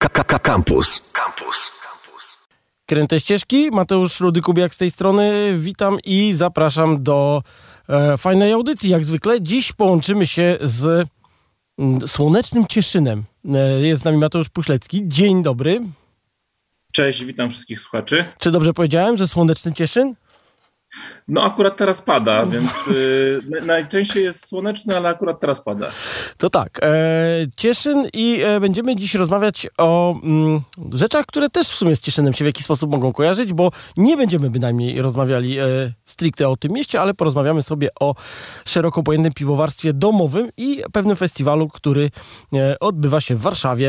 Campus. Kręte ścieżki, Mateusz Rudy-Kubiak z tej strony, witam i zapraszam do fajnej audycji jak zwykle. Dziś połączymy się z słonecznym Cieszynem. Jest z nami Mateusz Puślecki. Dzień dobry. Cześć, witam wszystkich słuchaczy. Czy dobrze powiedziałem, że słoneczny Cieszyn? No akurat teraz pada, więc najczęściej jest słoneczny, ale akurat teraz pada. To tak, Cieszyn i będziemy dziś rozmawiać o rzeczach, które też w sumie z Cieszynem się w jakiś sposób mogą kojarzyć, bo nie będziemy bynajmniej rozmawiali stricte o tym mieście, ale porozmawiamy sobie o szeroko pojętym piwowarstwie domowym i pewnym festiwalu, który odbywa się w Warszawie.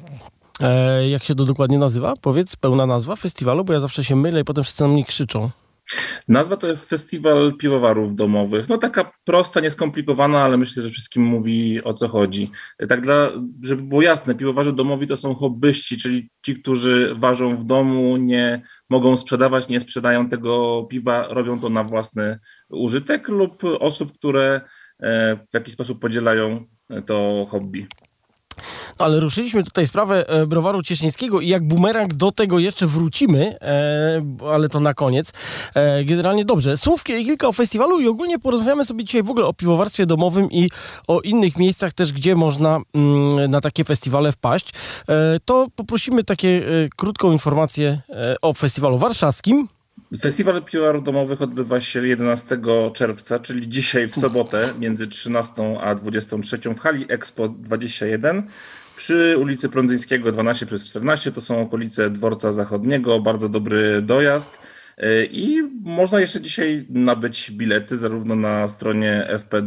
Jak się to dokładnie nazywa? Powiedz, pełna nazwa festiwalu, bo ja zawsze się mylę i potem wszyscy na mnie krzyczą. Nazwa to jest Festiwal Piwowarów Domowych. No taka prosta, nieskomplikowana, ale myślę, że wszystkim mówi, o co chodzi. Tak żeby było jasne, piwowarze domowi to są hobbyści, czyli ci, którzy ważą w domu, nie mogą sprzedawać, nie sprzedają tego piwa, robią to na własny użytek lub osób, które w jakiś sposób podzielają to hobby. No ale ruszyliśmy tutaj sprawę browaru cieszyńskiego i jak bumerang do tego jeszcze wrócimy, ale to na koniec. Generalnie dobrze. Słów kilka o festiwalu i ogólnie porozmawiamy sobie dzisiaj w ogóle o piwowarstwie domowym i o innych miejscach też, gdzie można na takie festiwale wpaść. To poprosimy takie krótką informację o festiwalu warszawskim. Festiwal Piwowarów Domowych odbywa się 11 czerwca, czyli dzisiaj w sobotę między 13 a 23 w hali Expo 21 przy ulicy Prądzyńskiego 12/14. To są okolice Dworca Zachodniego, bardzo dobry dojazd. I można jeszcze dzisiaj nabyć bilety zarówno na stronie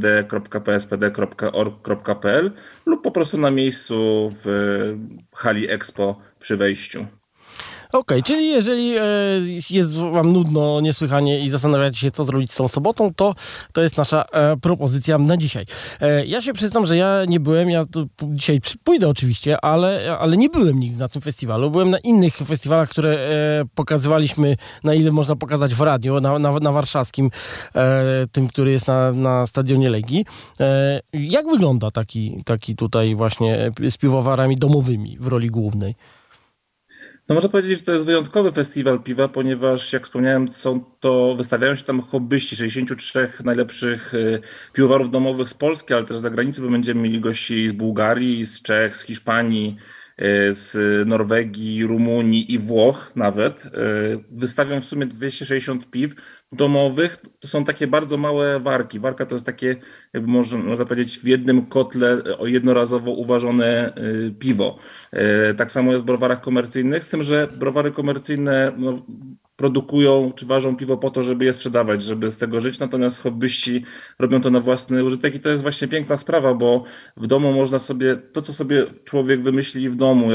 fpd.pspd.org.pl lub po prostu na miejscu w hali Expo przy wejściu. Okej, czyli jeżeli jest wam nudno niesłychanie i zastanawiacie się, co zrobić z tą sobotą, to jest nasza propozycja na dzisiaj. Ja się przyznam, że ja nie byłem, ja tu dzisiaj pójdę oczywiście, ale nie byłem nigdy na tym festiwalu. Byłem na innych festiwalach, które pokazywaliśmy, na ile można pokazać w radiu, na warszawskim, tym, który jest na stadionie Legii. Jak wygląda taki tutaj właśnie z piwowarami domowymi w roli głównej? No można powiedzieć, że to jest wyjątkowy festiwal piwa, ponieważ jak wspomniałem, wystawiają się tam hobbyści, 63 najlepszych piwowarów domowych z Polski, ale też z zagranicy, bo będziemy mieli gości z Bułgarii, z Czech, z Hiszpanii, z Norwegii, Rumunii i Włoch nawet. Wystawią w sumie 260 piw domowych. To są takie bardzo małe warki. Warka to jest takie, jakby można powiedzieć, w jednym kotle jednorazowo uważone piwo. Tak samo jest w browarach komercyjnych, z tym, że browary komercyjne produkują czy ważą piwo po to, żeby je sprzedawać, żeby z tego żyć, natomiast hobbyści robią to na własny użytek i to jest właśnie piękna sprawa, bo w domu można sobie, to co sobie człowiek wymyśli w domu,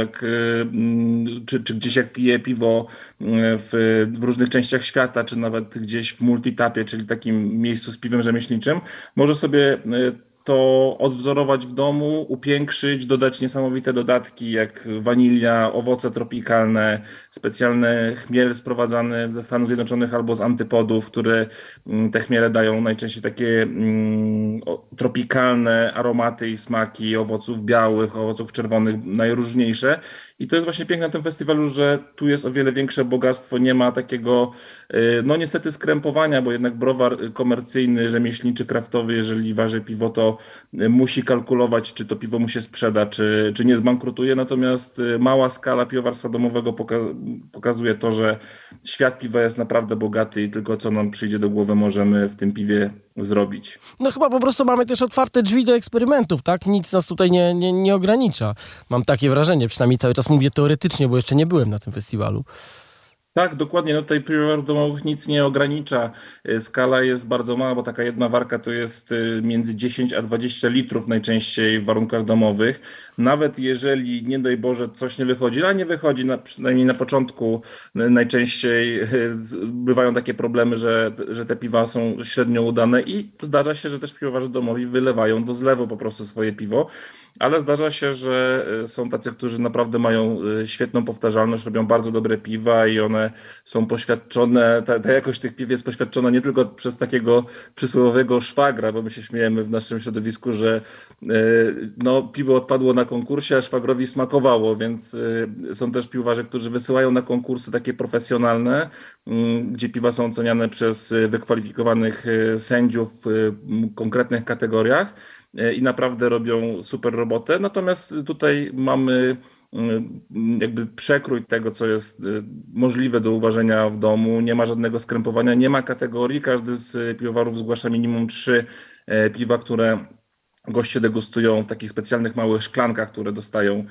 czy gdzieś jak pije piwo w różnych częściach świata, czy nawet gdzieś w multitapie, czyli takim miejscu z piwem rzemieślniczym, może sobie to odwzorować w domu, upiększyć, dodać niesamowite dodatki jak wanilia, owoce tropikalne, specjalny chmiel sprowadzany ze Stanów Zjednoczonych albo z antypodów, które te chmiele dają najczęściej takie tropikalne aromaty i smaki owoców białych, owoców czerwonych, najróżniejsze. I to jest właśnie piękne na tym festiwalu, że tu jest o wiele większe bogactwo, nie ma takiego, no niestety skrępowania, bo jednak browar komercyjny, rzemieślniczy, kraftowy, jeżeli waży piwo, to musi kalkulować, czy to piwo mu się sprzeda, czy nie zbankrutuje, natomiast mała skala piwowarstwa domowego pokazuje to, że świat piwa jest naprawdę bogaty i tylko co nam przyjdzie do głowy możemy w tym piwie zrobić. No chyba po prostu mamy też otwarte drzwi do eksperymentów, tak? Nic nas tutaj nie ogranicza. Mam takie wrażenie, przynajmniej cały czas mówię teoretycznie, bo jeszcze nie byłem na tym festiwalu. Tak, dokładnie. No tutaj piwowarów domowych nic nie ogranicza. Skala jest bardzo mała, bo taka jedna warka to jest między 10 a 20 litrów najczęściej w warunkach domowych. Nawet jeżeli, nie daj Boże, coś nie wychodzi, a nie wychodzi, przynajmniej na początku najczęściej bywają takie problemy, że te piwa są średnio udane i zdarza się, że też piwowarze domowi wylewają do zlewu po prostu swoje piwo. ale zdarza się, że są tacy, którzy naprawdę mają świetną powtarzalność, robią bardzo dobre piwa i one są poświadczone, ta jakość tych piw jest poświadczona nie tylko przez takiego przysłowiowego szwagra, bo my się śmiejemy w naszym środowisku, że no, piwo odpadło na konkursie, a szwagrowi smakowało, więc są też piwowarze, którzy wysyłają na konkursy takie profesjonalne, gdzie piwa są oceniane przez wykwalifikowanych sędziów w konkretnych kategoriach i naprawdę robią super robotę. Natomiast tutaj mamy jakby przekrój tego, co jest możliwe do uważenia w domu. Nie ma żadnego skrępowania, nie ma kategorii. Każdy z piwowarów zgłasza minimum 3 piwa, które goście degustują w takich specjalnych małych szklankach, które dostają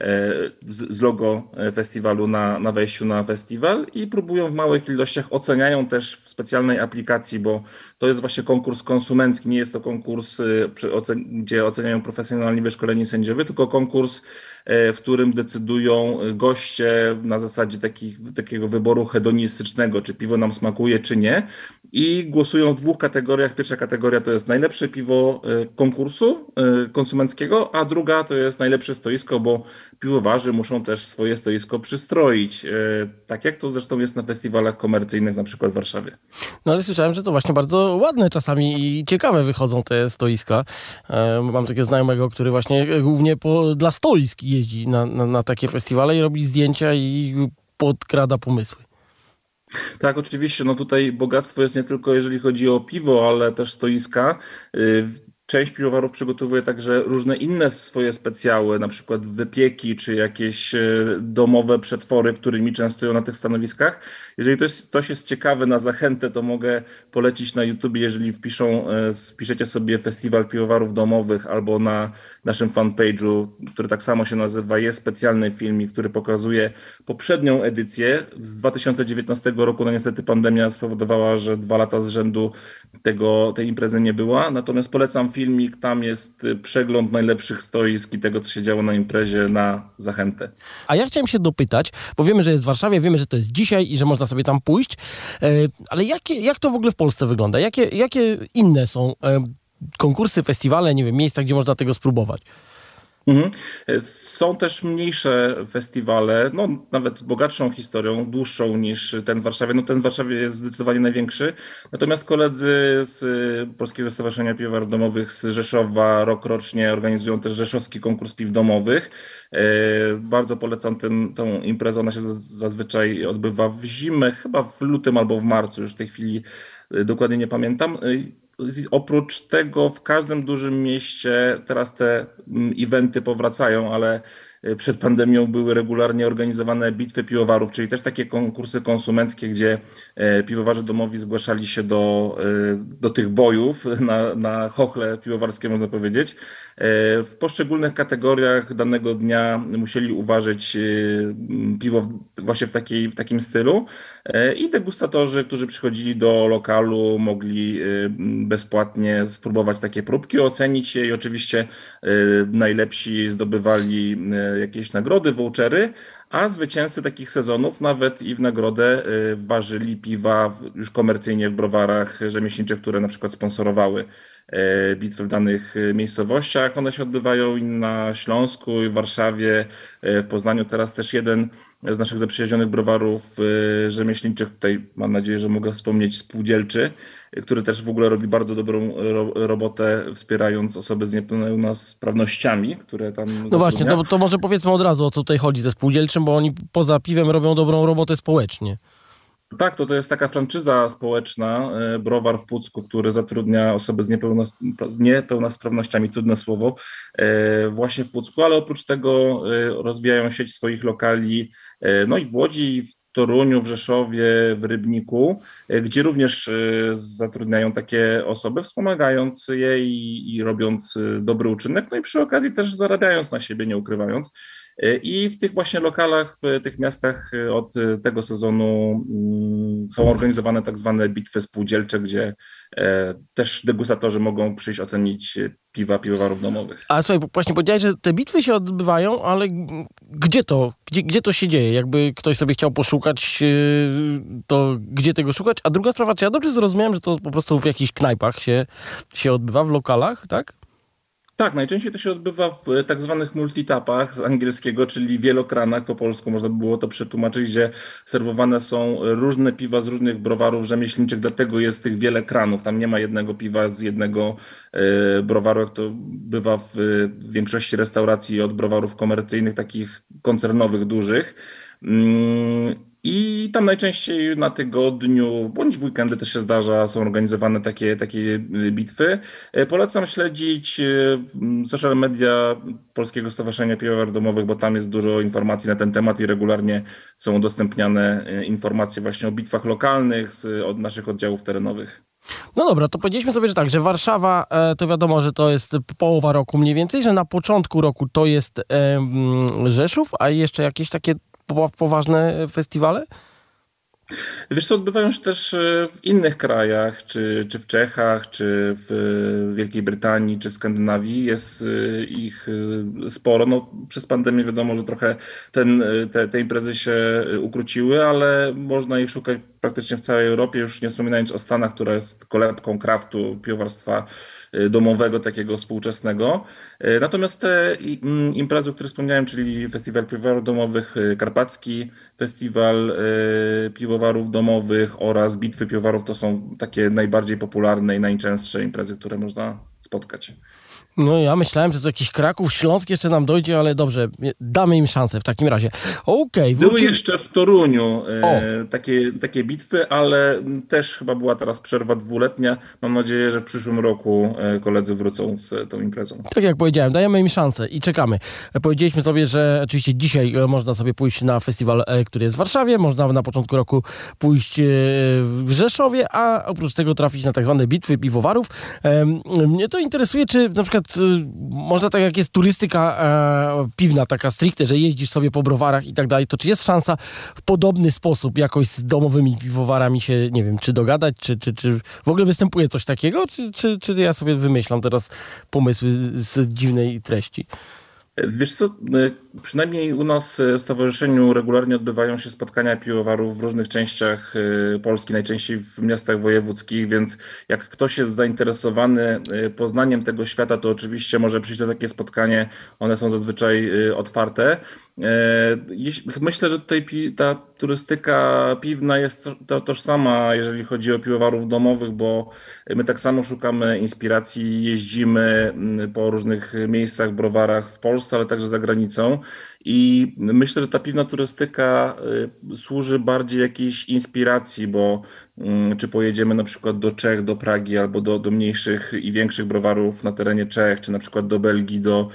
z logo festiwalu na wejściu na festiwal i próbują w małych ilościach, oceniają też w specjalnej aplikacji, bo to jest właśnie konkurs konsumencki, nie jest to konkurs, gdzie oceniają profesjonalni wyszkoleni sędziowie, tylko konkurs, w którym decydują goście na zasadzie takiego wyboru hedonistycznego, czy piwo nam smakuje, czy nie. I głosują w 2 kategoriach. Pierwsza kategoria to jest najlepsze piwo konkursu konsumenckiego, a druga to jest najlepsze stoisko, bo piwowarzy muszą też swoje stoisko przystroić. Tak jak to zresztą jest na festiwalach komercyjnych, na przykład w Warszawie. No ale słyszałem, że to właśnie bardzo ładne czasami i ciekawe wychodzą te stoiska. Mam takiego znajomego, który właśnie głównie dla stoisk jeździ na takie festiwale i robi zdjęcia i podkrada pomysły. Tak, oczywiście. No tutaj bogactwo jest nie tylko jeżeli chodzi o piwo, ale też stoiska. Część piwowarów przygotowuje także różne inne swoje specjały, na przykład wypieki czy jakieś domowe przetwory, którymi częstują na tych stanowiskach. Jeżeli ktoś jest ciekawy, na zachętę, to mogę polecić na YouTube, jeżeli wpiszecie sobie Festiwal Piwowarów Domowych albo na naszym fanpage'u, który tak samo się nazywa, jest specjalny filmik, który pokazuje poprzednią edycję z 2019 roku. No niestety pandemia spowodowała, że 2 lata z rzędu tej imprezy nie była, natomiast polecam filmik, tam jest przegląd najlepszych stoisk i tego, co się działo na imprezie, na zachętę. A ja chciałem się dopytać, bo wiemy, że jest w Warszawie, wiemy, że to jest dzisiaj i że można sobie tam pójść, ale jak to w ogóle w Polsce wygląda? Jakie inne są konkursy, festiwale, nie wiem, miejsca, gdzie można tego spróbować? Są też mniejsze festiwale, no nawet z bogatszą historią, dłuższą niż ten w Warszawie. No ten w Warszawie jest zdecydowanie największy. Natomiast koledzy z Polskiego Stowarzyszenia Piwowarów Domowych z Rzeszowa rokrocznie organizują też rzeszowski konkurs piw domowych. Bardzo polecam tą imprezę. Ona się zazwyczaj odbywa w zimę, chyba w lutym albo w marcu, już w tej chwili dokładnie nie pamiętam. Oprócz tego w każdym dużym mieście teraz te eventy powracają, ale przed pandemią były regularnie organizowane bitwy piwowarów, czyli też takie konkursy konsumenckie, gdzie piwowarze domowi zgłaszali się do tych bojów na chochle piwowarskie, można powiedzieć. W poszczególnych kategoriach danego dnia musieli uważać piwo właśnie w takim stylu i degustatorzy, którzy przychodzili do lokalu, mogli bezpłatnie spróbować takie próbki, ocenić je i oczywiście najlepsi zdobywali jakieś nagrody, vouchery, a zwycięzcy takich sezonów nawet i w nagrodę ważyli piwa już komercyjnie w browarach rzemieślniczych, które na przykład sponsorowały bitwy w danych miejscowościach. One się odbywają i na Śląsku, i w Warszawie, w Poznaniu. Teraz też jeden z naszych zaprzyjaźnionych browarów rzemieślniczych, tutaj mam nadzieję, że mogę wspomnieć, spółdzielczy, który też w ogóle robi bardzo dobrą robotę, wspierając osoby z niepełnosprawnościami, które tam zatrudnia. No właśnie, to może powiedzmy od razu, o co tutaj chodzi ze spółdzielczym, bo oni poza piwem robią dobrą robotę społecznie. Tak, to jest taka franczyza społeczna, browar w Pucku, który zatrudnia osoby z niepełnosprawnościami, trudne słowo, właśnie w Pucku, ale oprócz tego rozwijają sieć swoich lokali, no i w Łodzi, w Toruniu, w Rzeszowie, w Rybniku, gdzie również zatrudniają takie osoby, wspomagając je i robiąc dobry uczynek, no i przy okazji też zarabiając na siebie, nie ukrywając. I w tych właśnie lokalach, w tych miastach od tego sezonu są organizowane tak zwane bitwy spółdzielcze, gdzie też degustatorzy mogą przyjść ocenić piwa piwowarów domowych. A słuchaj, właśnie powiedziałeś, że te bitwy się odbywają, ale gdzie to się dzieje? Jakby ktoś sobie chciał poszukać, to gdzie tego szukać? A druga sprawa, czy ja dobrze zrozumiałem, że to po prostu w jakichś knajpach się odbywa, w lokalach, tak? Tak, najczęściej to się odbywa w tak zwanych multitapach z angielskiego, czyli wielokranach, po polsku można by było to przetłumaczyć, gdzie serwowane są różne piwa z różnych browarów rzemieślniczych, dlatego jest tych wiele kranów. Tam nie ma jednego piwa z jednego browaru, jak to bywa w większości restauracji od browarów komercyjnych, takich koncernowych, dużych. I tam najczęściej na tygodniu, bądź w weekendy też się zdarza, są organizowane takie bitwy. Polecam śledzić social media Polskiego Stowarzyszenia Piwowarów Domowych, bo tam jest dużo informacji na ten temat i regularnie są udostępniane informacje właśnie o bitwach lokalnych od naszych oddziałów terenowych. No dobra, to powiedzieliśmy sobie, że tak, że Warszawa to wiadomo, że to jest połowa roku mniej więcej, że na początku roku to jest Rzeszów, a jeszcze jakieś takie poważne festiwale? Wiesz co, odbywają się też w innych krajach, czy w Czechach, czy w Wielkiej Brytanii, czy w Skandynawii. Jest ich sporo. No, przez pandemię wiadomo, że trochę te imprezy się ukróciły, ale można ich szukać praktycznie w całej Europie, już nie wspominając o Stanach, która jest kolebką kraftu, piwowarstwa domowego, takiego współczesnego. Natomiast te imprezy, o których wspomniałem, czyli Festiwal Piwowarów Domowych Karpacki, Festiwal Piwowarów Domowych oraz Bitwy Piwowarów, to są takie najbardziej popularne i najczęstsze imprezy, które można spotkać. No ja myślałem, że to jakiś Kraków, Śląsk jeszcze nam dojdzie, ale dobrze, damy im szansę w takim razie. Okej, Były jeszcze w Toruniu O. takie bitwy, ale też chyba była teraz przerwa dwuletnia. Mam nadzieję, że w przyszłym roku koledzy wrócą z tą imprezą. Tak jak powiedziałem, dajemy im szansę i czekamy. Powiedzieliśmy sobie, że oczywiście dzisiaj można sobie pójść na festiwal, który jest w Warszawie, można na początku roku pójść w Rzeszowie, a oprócz tego trafić na tak zwane bitwy piwowarów. Mnie to interesuje, czy na przykład można tak jak jest turystyka piwna, taka stricte, że jeździsz sobie po browarach i tak dalej, to czy jest szansa w podobny sposób jakoś z domowymi piwowarami się, nie wiem, czy dogadać, czy w ogóle występuje coś takiego, czy ja sobie wymyślam teraz pomysły z dziwnej treści? Wiesz co, przynajmniej u nas w stowarzyszeniu regularnie odbywają się spotkania piwowarów w różnych częściach Polski, najczęściej w miastach wojewódzkich, więc jak ktoś jest zainteresowany poznaniem tego świata, to oczywiście może przyjść na takie spotkanie, one są zazwyczaj otwarte. Myślę, że tutaj ta turystyka piwna jest tożsama, jeżeli chodzi o piwowarów domowych, bo my tak samo szukamy inspiracji, jeździmy po różnych miejscach, browarach w Polsce, ale także za granicą. I myślę, że ta piwna turystyka służy bardziej jakiejś inspiracji, bo czy pojedziemy na przykład do Czech, do Pragi albo do mniejszych i większych browarów na terenie Czech, czy na przykład do Belgii, do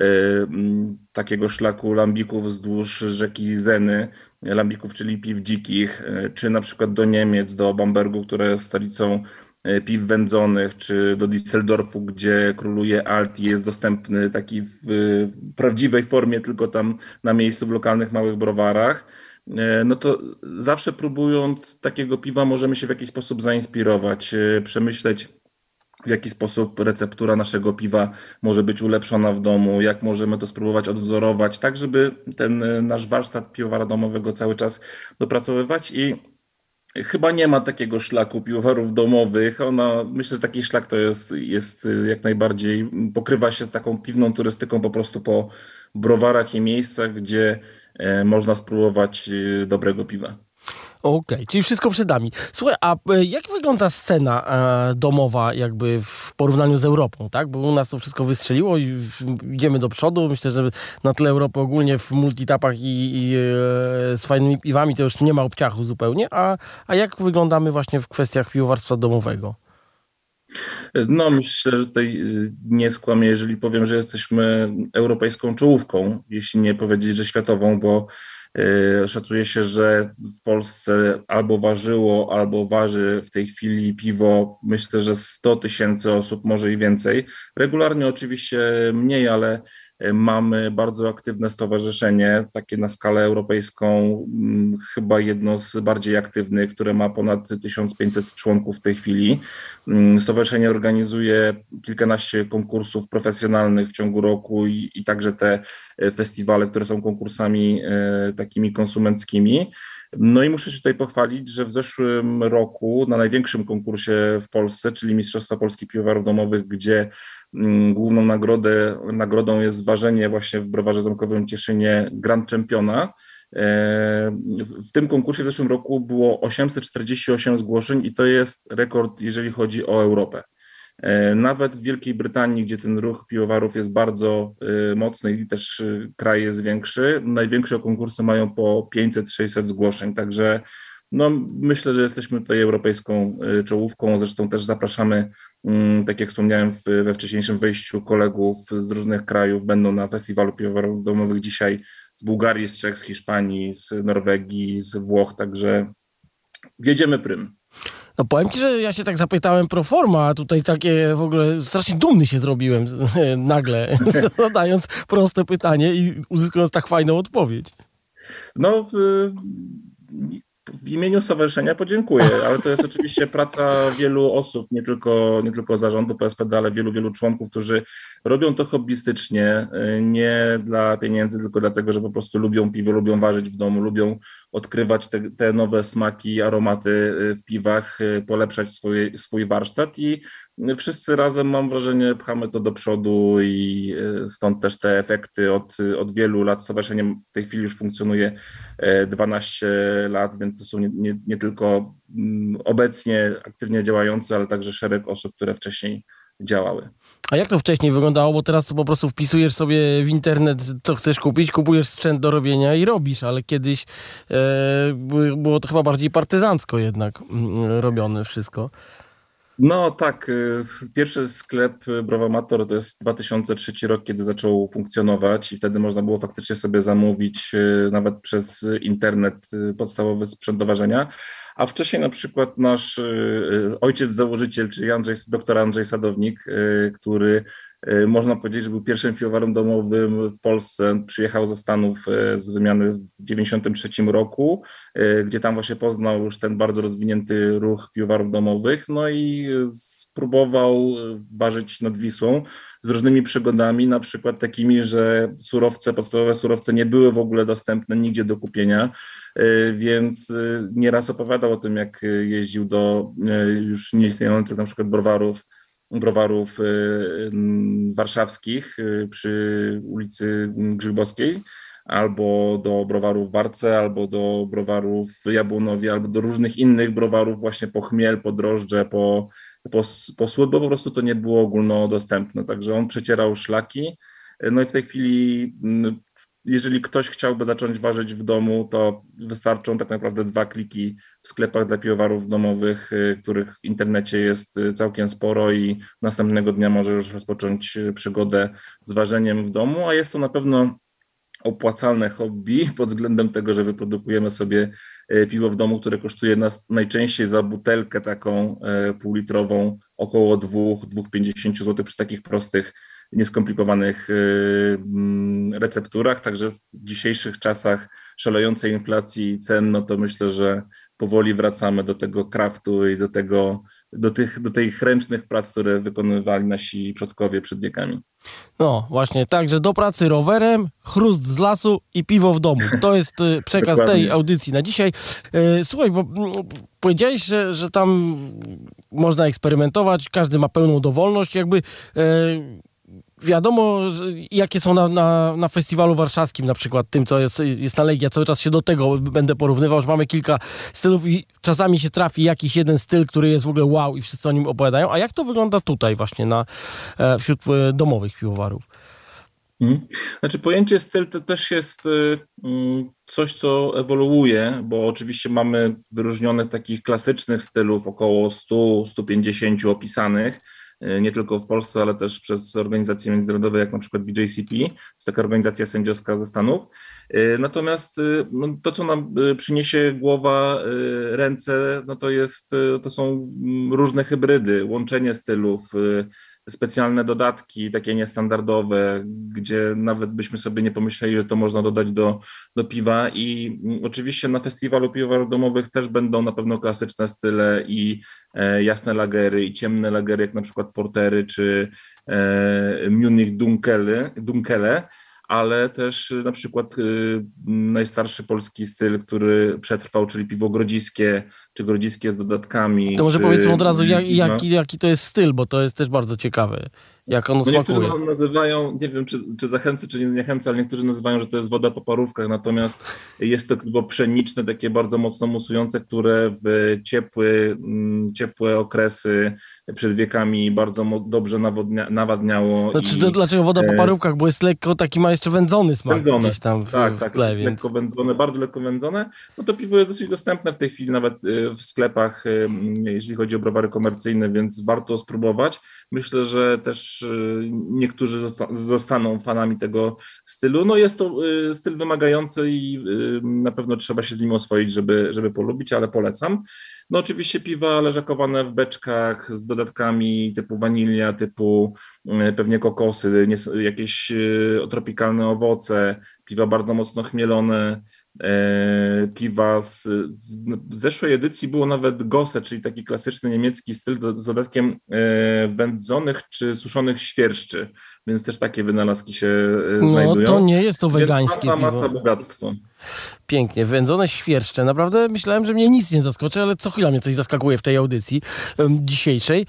takiego szlaku lambików wzdłuż rzeki Zeny, lambików, czyli piw dzikich, czy na przykład do Niemiec, do Bambergu, które jest stolicą piw wędzonych, czy do Düsseldorfu, gdzie króluje Alt i jest dostępny taki w prawdziwej formie, tylko tam na miejscu w lokalnych małych browarach. No to zawsze próbując takiego piwa możemy się w jakiś sposób zainspirować, przemyśleć, w jaki sposób receptura naszego piwa może być ulepszona w domu, jak możemy to spróbować odwzorować, tak żeby ten nasz warsztat piwowara domowego cały czas dopracowywać. I chyba nie ma takiego szlaku piwowarów domowych. Myślę, że taki szlak to jest jak najbardziej, pokrywa się z taką piwną turystyką po prostu po browarach i miejscach, gdzie można spróbować dobrego piwa. Okej, czyli wszystko przed nami. Słuchaj, a jak wygląda scena domowa jakby w porównaniu z Europą, tak? Bo u nas to wszystko wystrzeliło i idziemy do przodu. Myślę, że na tle Europy ogólnie w multitapach i z fajnymi piwami to już nie ma obciachu zupełnie. A jak wyglądamy właśnie w kwestiach piwowarstwa domowego? No, myślę, że tutaj nie skłamię, jeżeli powiem, że jesteśmy europejską czołówką, jeśli nie powiedzieć, że światową, bo szacuje się, że w Polsce albo ważyło, albo waży w tej chwili piwo, myślę, że 100 000 osób, może i więcej. Regularnie oczywiście mniej, ale mamy bardzo aktywne stowarzyszenie, takie na skalę europejską, chyba jedno z bardziej aktywnych, które ma ponad 1500 członków w tej chwili. Stowarzyszenie organizuje kilkanaście konkursów profesjonalnych w ciągu roku i także te festiwale, które są konkursami takimi konsumenckimi. No i muszę się tutaj pochwalić, że w zeszłym roku na największym konkursie w Polsce, czyli Mistrzostwa Polski Piwowarów Domowych, gdzie główną nagrodą jest ważenie właśnie w Browarze Zamkowym Cieszynie Grand Championa. W tym konkursie w zeszłym roku było 848 zgłoszeń i to jest rekord, jeżeli chodzi o Europę. Nawet w Wielkiej Brytanii, gdzie ten ruch piwowarów jest bardzo mocny i też kraj jest większy, największe konkursy mają po 500-600 zgłoszeń, także no, myślę, że jesteśmy tutaj europejską czołówką, zresztą też zapraszamy, tak jak wspomniałem we wcześniejszym wejściu, kolegów z różnych krajów, będą na Festiwalu Piwowarów Domowych dzisiaj z Bułgarii, z Czech, z Hiszpanii, z Norwegii, z Włoch, także wiedziemy prym. No powiem ci, że ja się tak zapytałem pro forma, a tutaj takie w ogóle strasznie dumny się zrobiłem nagle, zadając proste pytanie i uzyskując tak fajną odpowiedź. No, w imieniu stowarzyszenia podziękuję, ale to jest oczywiście praca wielu osób, nie tylko zarządu PSPD, ale wielu członków, którzy robią to hobbystycznie, nie dla pieniędzy, tylko dlatego, że po prostu lubią piwo, lubią ważyć w domu, lubią odkrywać te nowe smaki, aromaty w piwach, polepszać swój warsztat i wszyscy razem, mam wrażenie, pchamy to do przodu i stąd też te efekty od wielu lat. Stowarzyszenie w tej chwili już funkcjonuje 12 lat, więc to są nie tylko obecnie aktywnie działające, ale także szereg osób, które wcześniej działały. A jak to wcześniej wyglądało? Bo teraz to po prostu wpisujesz sobie w internet, co chcesz kupić, kupujesz sprzęt do robienia i robisz, ale kiedyś było to chyba bardziej partyzancko jednak robione wszystko. No tak, pierwszy sklep Browomator to jest 2003 rok, kiedy zaczął funkcjonować i wtedy można było faktycznie sobie zamówić nawet przez internet podstawowy sprzęt do ważenia, a wcześniej na przykład nasz ojciec założyciel, czyli dr Andrzej Sadownik, który można powiedzieć, że był pierwszym piwowarem domowym w Polsce, przyjechał ze Stanów z wymiany w 1993 roku, gdzie tam właśnie poznał już ten bardzo rozwinięty ruch piwowarów domowych, no i spróbował ważyć nad Wisłą z różnymi przygodami, na przykład takimi, że podstawowe surowce nie były w ogóle dostępne nigdzie do kupienia, więc nieraz opowiadał o tym, jak jeździł do już nieistniejących na przykład browarów warszawskich przy ulicy Grzybowskiej, albo do browarów w Warce, albo do browarów w Jabłonowie, albo do różnych innych browarów właśnie po chmiel, po drożdże, po słód, bo po prostu to nie było ogólnodostępne. Także on przecierał szlaki. No i w tej chwili, jeżeli ktoś chciałby zacząć ważyć w domu, to wystarczą tak naprawdę 2 kliki w sklepach dla piwowarów domowych, których w internecie jest całkiem sporo i następnego dnia może już rozpocząć przygodę z ważeniem w domu, a jest to na pewno opłacalne hobby pod względem tego, że wyprodukujemy sobie piwo w domu, które kosztuje nas najczęściej za butelkę taką półlitrową około 2-2,50 zł przy takich prostych, nieskomplikowanych recepturach, także w dzisiejszych czasach szalejącej inflacji cen, no to myślę, że powoli wracamy do tego craftu i do tych ręcznych prac, które wykonywali nasi przodkowie przed wiekami. No właśnie, także do pracy rowerem, chrust z lasu i piwo w domu. To jest przekaz tej audycji na dzisiaj. Słuchaj, bo powiedziałeś, że tam można eksperymentować, każdy ma pełną dowolność, jakby wiadomo, jakie są na festiwalu warszawskim na przykład, tym co jest na Legii. Ja cały czas się do tego będę porównywał, że mamy kilka stylów i czasami się trafi jakiś jeden styl, który jest w ogóle wow i wszyscy o nim opowiadają. A jak to wygląda tutaj właśnie wśród domowych piwowarów? Znaczy pojęcie styl to też jest coś, co ewoluuje, bo oczywiście mamy wyróżnionych takich klasycznych stylów około 100-150 opisanych, nie tylko w Polsce, ale też przez organizacje międzynarodowe, jak na przykład BJCP, to jest taka organizacja sędziowska ze Stanów. Natomiast no, to, co nam przyniesie głowa, ręce, no to są różne hybrydy, łączenie stylów, specjalne dodatki, takie niestandardowe, gdzie nawet byśmy sobie nie pomyśleli, że to można dodać do piwa i oczywiście na festiwalu piwowarów domowych też będą na pewno klasyczne style i jasne lagery i ciemne lagery, jak na przykład portery czy Munich Dunkele, ale też na przykład najstarszy polski styl, który przetrwał, czyli piwo grodziskie, czy grodziskie z dodatkami. To może czy, powiedzmy od razu, no, jaki to jest styl, bo to jest też bardzo ciekawe, jak ono no niektórzy smakuje. nazywają, nie wiem czy zachęcę, czy nie zniechęcę, ale niektórzy nazywają, że to jest woda po parówkach, natomiast jest to piwo pszeniczne, takie bardzo mocno musujące, które w ciepłe okresy przed wiekami bardzo dobrze nawadniało. Znaczy, to dlaczego woda po parówkach? Bo jest lekko, taki ma jeszcze wędzony smak Wędzone. gdzieś tam Tak, w tak, tle, jest więc... lekko wędzone, bardzo lekko wędzone. No to piwo jest dosyć dostępne w tej chwili nawet w sklepach, jeśli chodzi o browary komercyjne, więc warto spróbować. Myślę, że też niektórzy zostaną fanami tego stylu. No jest to styl wymagający i na pewno trzeba się z nim oswoić, żeby polubić, ale polecam. No oczywiście piwa leżakowane w beczkach z dodatkami typu wanilia, typu pewnie kokosy, jakieś tropikalne owoce, piwa bardzo mocno chmielone, piwa w zeszłej edycji było nawet Gosse, czyli taki klasyczny niemiecki styl z dodatkiem wędzonych czy suszonych świerszczy, więc też takie wynalazki się znajdują. No to nie jest to wegańskie piwo. piwo. Bogactwo. Pięknie, wędzone świerszcze. Naprawdę myślałem, że mnie nic nie zaskoczy, ale co chwila mnie coś zaskakuje w tej audycji dzisiejszej.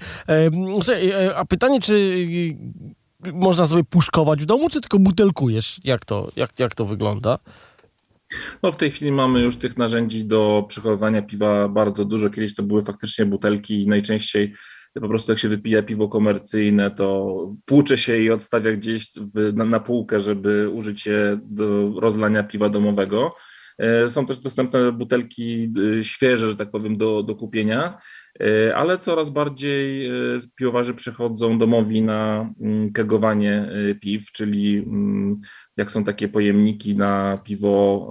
A pytanie, czy można sobie puszkować w domu, czy tylko butelkujesz? Jak to wygląda? No w tej chwili mamy już tych narzędzi do przechowywania piwa bardzo dużo. Kiedyś to były faktycznie butelki i najczęściej po prostu jak się wypija piwo komercyjne, to płucze się i odstawia gdzieś na półkę, żeby użyć je do rozlania piwa domowego. Są też dostępne butelki świeże, że tak powiem, do kupienia, ale coraz bardziej piwowarzy przechodzą domowi na kegowanie piw, czyli jak są takie pojemniki na piwo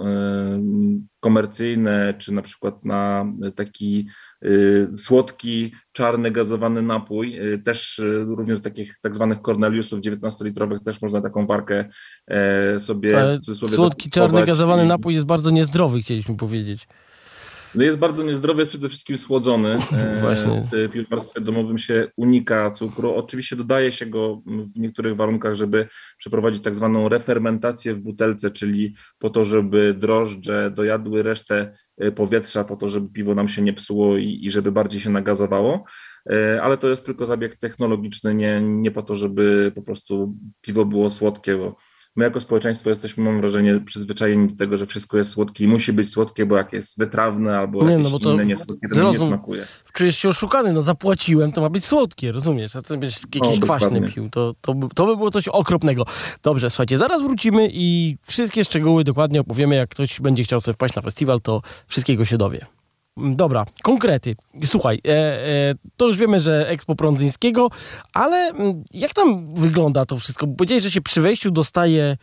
komercyjne, czy na przykład na taki słodki, czarny, gazowany napój, też również takich tak zwanych Corneliusów 19-litrowych też można taką warkę sobie Ale w cudzysłowie słodki, czarny, gazowany napój jest bardzo niezdrowy, chcieliśmy powiedzieć. No jest bardzo niezdrowy, jest przede wszystkim słodzony. Właśnie. W piwowarstwie domowym się unika cukru. Oczywiście dodaje się go w niektórych warunkach, żeby przeprowadzić tak zwaną refermentację w butelce, czyli po to, żeby drożdże dojadły resztę powietrza, po to, żeby piwo nam się nie psuło i żeby bardziej się nagazowało. Ale to jest tylko zabieg technologiczny, nie po to, żeby po prostu piwo było słodkie, bo my jako społeczeństwo jesteśmy, mam wrażenie, przyzwyczajeni do tego, że wszystko jest słodkie i musi być słodkie, bo jak jest wytrawne albo jakieś bo to inne niesłodkie, to mi nie smakuje. Czujesz się oszukany, no zapłaciłem, to ma być słodkie, rozumiesz? A ty będziesz jakiś kwaśny pił, to by było coś okropnego. Dobrze, słuchajcie, zaraz wrócimy i wszystkie szczegóły dokładnie opowiemy, jak ktoś będzie chciał sobie wpaść na festiwal, to wszystkiego się dowie. Dobra, konkrety. Słuchaj, to już wiemy, że Expo Prądzyńskiego, ale jak tam wygląda to wszystko? Powiedziałeś, że się przy wejściu dostaje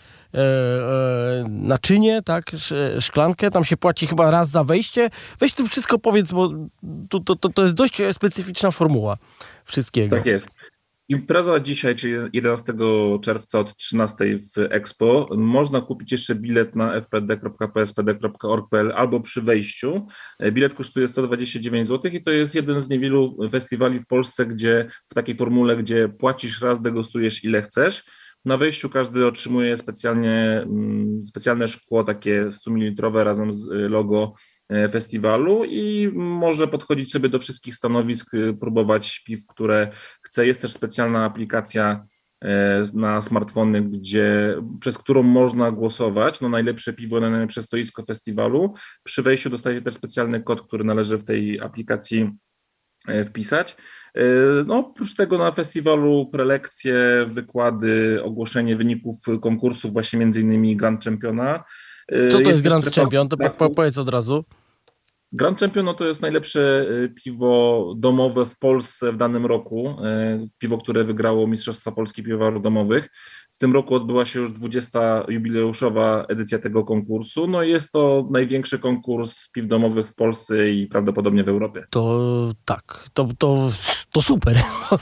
naczynie, tak, szklankę, tam się płaci chyba raz za wejście. Weź tu wszystko powiedz, bo to jest dość specyficzna formuła wszystkiego. Tak jest. Impreza dzisiaj, czyli 11 czerwca od 13 w Expo. Można kupić jeszcze bilet na fpd.pspd.org.pl albo przy wejściu. Bilet kosztuje 129 zł i to jest jeden z niewielu festiwali w Polsce, gdzie w takiej formule, gdzie płacisz raz, degustujesz ile chcesz. Na wejściu każdy otrzymuje specjalne szkło, takie 100 ml razem z logo festiwalu i może podchodzić sobie do wszystkich stanowisk, próbować piw, które chce. Jest też specjalna aplikacja na smartfony, przez którą można głosować na najlepsze piwo, na najlepsze stoisko festiwalu. Przy wejściu dostaje też specjalny kod, który należy w tej aplikacji wpisać. No, oprócz tego na festiwalu prelekcje, wykłady, ogłoszenie wyników konkursów, właśnie między innymi Grand Championa. Co to jest Grand Champion? To powiedz od razu. Grand Champion to jest najlepsze piwo domowe w Polsce w danym roku. Piwo, które wygrało Mistrzostwa Polski Piwowarów Domowych. W tym roku odbyła się już 20. jubileuszowa edycja tego konkursu. No i jest to największy konkurs piw domowych w Polsce i prawdopodobnie w Europie. To tak, to super.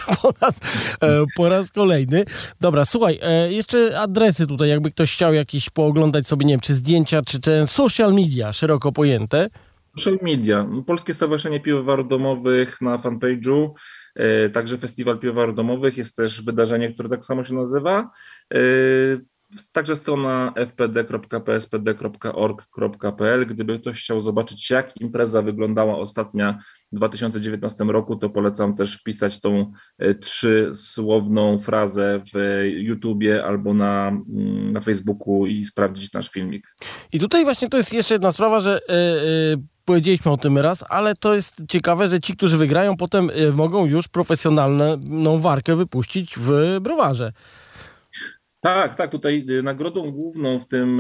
Po raz kolejny. Dobra, słuchaj, jeszcze adresy tutaj, jakby ktoś chciał jakieś pooglądać sobie, nie wiem, czy zdjęcia, czy ten social media szeroko pojęte. Social media. Polskie Stowarzyszenie Piwowarów Domowych na fanpage'u, także Festiwal Piwowarów Domowych, jest też wydarzenie, które tak samo się nazywa. Także strona fpd.pspd.org.pl. Gdyby ktoś chciał zobaczyć, jak impreza wyglądała ostatnia w 2019 roku, to polecam też wpisać tą 3-słowną frazę w YouTubie albo na Facebooku i sprawdzić nasz filmik. I tutaj właśnie to jest jeszcze jedna sprawa, że powiedzieliśmy o tym raz, ale to jest ciekawe, że ci, którzy wygrają, potem mogą już profesjonalną warkę wypuścić w browarze. Tak, tutaj nagrodą główną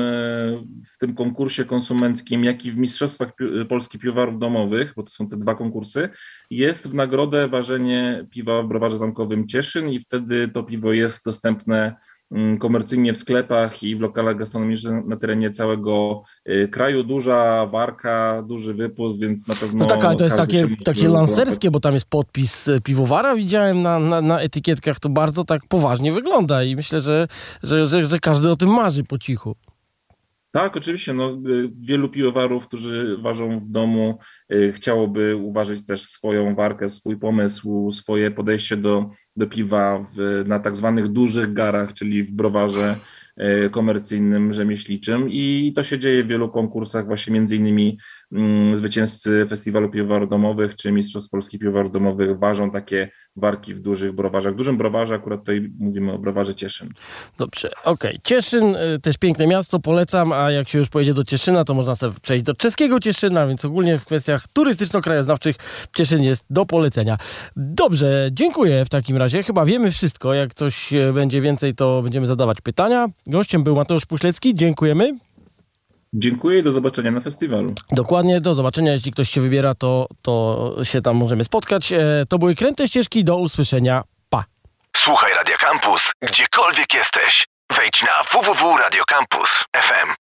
w tym konkursie konsumenckim, jak i w Mistrzostwach Polski Piwowarów Domowych, bo to są te 2 konkursy, jest w nagrodę ważenie piwa w browarze zamkowym Cieszyn i wtedy to piwo jest dostępne komercyjnie w sklepach i w lokalach gastronomicznych na terenie całego kraju. Duża warka, duży wypust, więc na pewno... No tak, ale to jest takie lancerskie, bo tam jest podpis piwowara, widziałem na etykietkach, to bardzo tak poważnie wygląda i myślę, że każdy o tym marzy po cichu. Tak, oczywiście. Wielu piwowarów, którzy ważą w domu, chciałoby uważać też swoją warkę, swój pomysł, swoje podejście do piwa na tak zwanych dużych garach, czyli w browarze komercyjnym, rzemieślniczym i to się dzieje w wielu konkursach, właśnie między innymi zwycięzcy Festiwalu Piwowarów Domowych czy Mistrzostw Polski Piwowarów Domowych ważą takie warki w dużych browarzach. W dużym browarze, akurat tutaj mówimy o browarze Cieszyn. Dobrze, okej. Cieszyn, też piękne miasto, polecam, a jak się już pojedzie do Cieszyna, to można sobie przejść do czeskiego Cieszyna, więc ogólnie w kwestiach turystyczno-krajoznawczych Cieszyn jest do polecenia. Dobrze, dziękuję w takim razie. Chyba wiemy wszystko. Jak coś będzie więcej, to będziemy zadawać pytania. Gościem był Mateusz Puślecki. Dziękujemy. Dziękuję i do zobaczenia na festiwalu. Dokładnie, do zobaczenia. Jeśli ktoś się wybiera, to się tam możemy spotkać. To były Kręte Ścieżki. Do usłyszenia. Pa. Słuchaj Radio Campus, gdziekolwiek jesteś. Wejdź na www.radiocampus.fm.